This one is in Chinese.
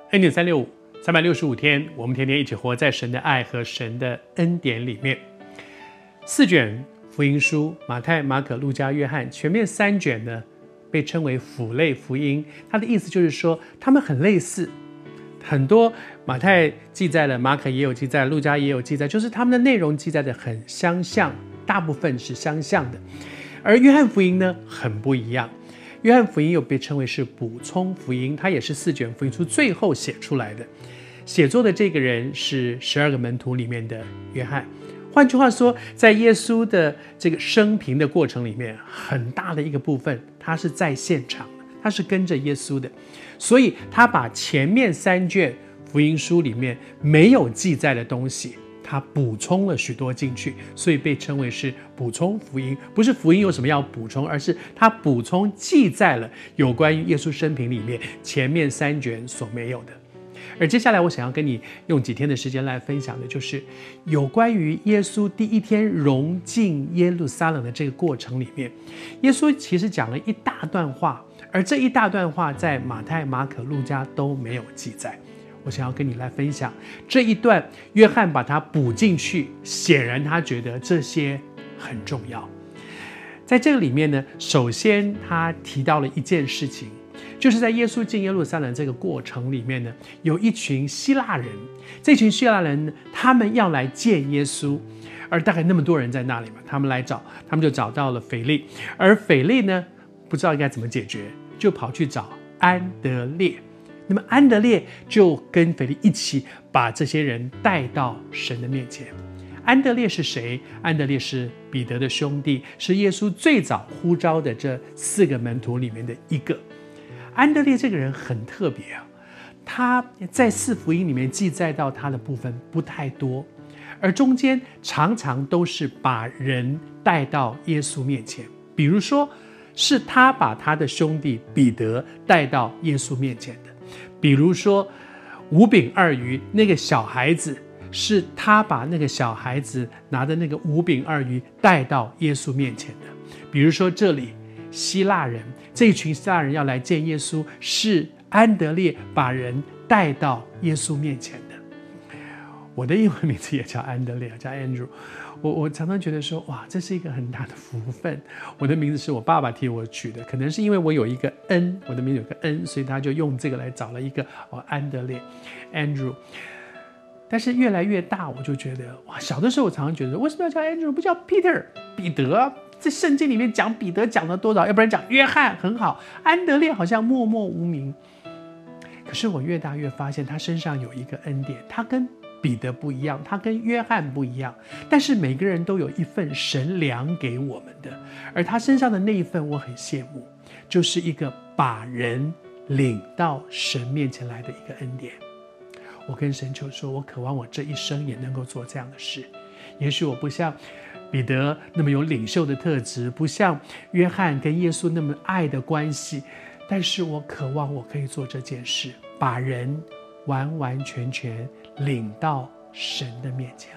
恩典365 365天，我们天天一起活在神的爱和神的恩典里面。4卷福音书，马太、马可、路加、约翰，全面3卷呢，被称为辅类福音。它的意思就是说，它们很类似，很多马太记载了，马可也有记载，路加也有记载，就是他们的内容记载的很相像，大部分是相像的。而约翰福音呢，很不一样。约翰福音又被称为是补充福音，它也是4卷福音书最后写出来的。写作的这个人是12个门徒里面的约翰。换句话说，在耶稣的这个生平的过程里面，很大的一个部分他是在现场的，他是跟着耶稣的，所以他把前面3卷福音书里面没有记载的东西，他补充了许多进去，所以被称为是补充福音。不是福音有什么要补充，而是他补充记载了有关于耶稣生平里面前面3卷所没有的。而接下来我想要跟你用几天的时间来分享的，就是有关于耶稣第一天融进耶路撒冷的这个过程里面，耶稣其实讲了一大段话，而这一大段话在马太、马可、路加都没有记载。我想要跟你来分享这一段，约翰把它补进去，显然他觉得这些很重要。在这个里面呢，首先他提到了一件事情，就是在耶稣进耶路撒冷这个过程里面呢，有一群希腊人，这群希腊人呢，他们要来见耶稣，而大概那么多人在那里嘛，他们就找到了腓力，而腓力呢，不知道应该怎么解决，就跑去找安德烈。那么安德烈就跟腓力一起把这些人带到神的面前。安德烈是谁？安德烈是彼得的兄弟，是耶稣最早呼召的这4个门徒里面的一个。安德烈这个人很特别啊，他在4福音里面记载到他的部分不太多，而中间常常都是把人带到耶稣面前。比如说是他把他的兄弟彼得带到耶稣面前的，比如说5饼2鱼那个小孩子，是他把那个小孩子拿的那个5饼2鱼带到耶稣面前的。比如说这里希腊人，这群希腊人要来见耶稣，是安德烈把人带到耶稣面前的。我的英文名字也叫安德烈，叫 Andrew。我常常觉得说，哇，这是一个很大的福分。我的名字是我爸爸替我取的，可能是因为我有一个 N， 我的名字有个 N， 所以他就用这个来找了一个安德烈 Andrew。但是越来越大，我就觉得哇，小的时候我常常觉得，为什么要叫 Andrew 不叫 Peter 彼得？在圣经里面讲彼得讲了多少，要不然讲约翰很好，安德烈好像默默无名。可是我越大越发现他身上有一个恩典，他跟彼得不一样，他跟约翰不一样，但是每个人都有一份神量给我们的，而他身上的那一份我很羡慕，就是一个把人领到神面前来的一个恩典。我跟神求说，我渴望我这一生也能够做这样的事。也许我不像彼得那么有领袖的特质，不像约翰跟耶稣那么爱的关系，但是我渴望我可以做这件事，把人完完全全领到神的面前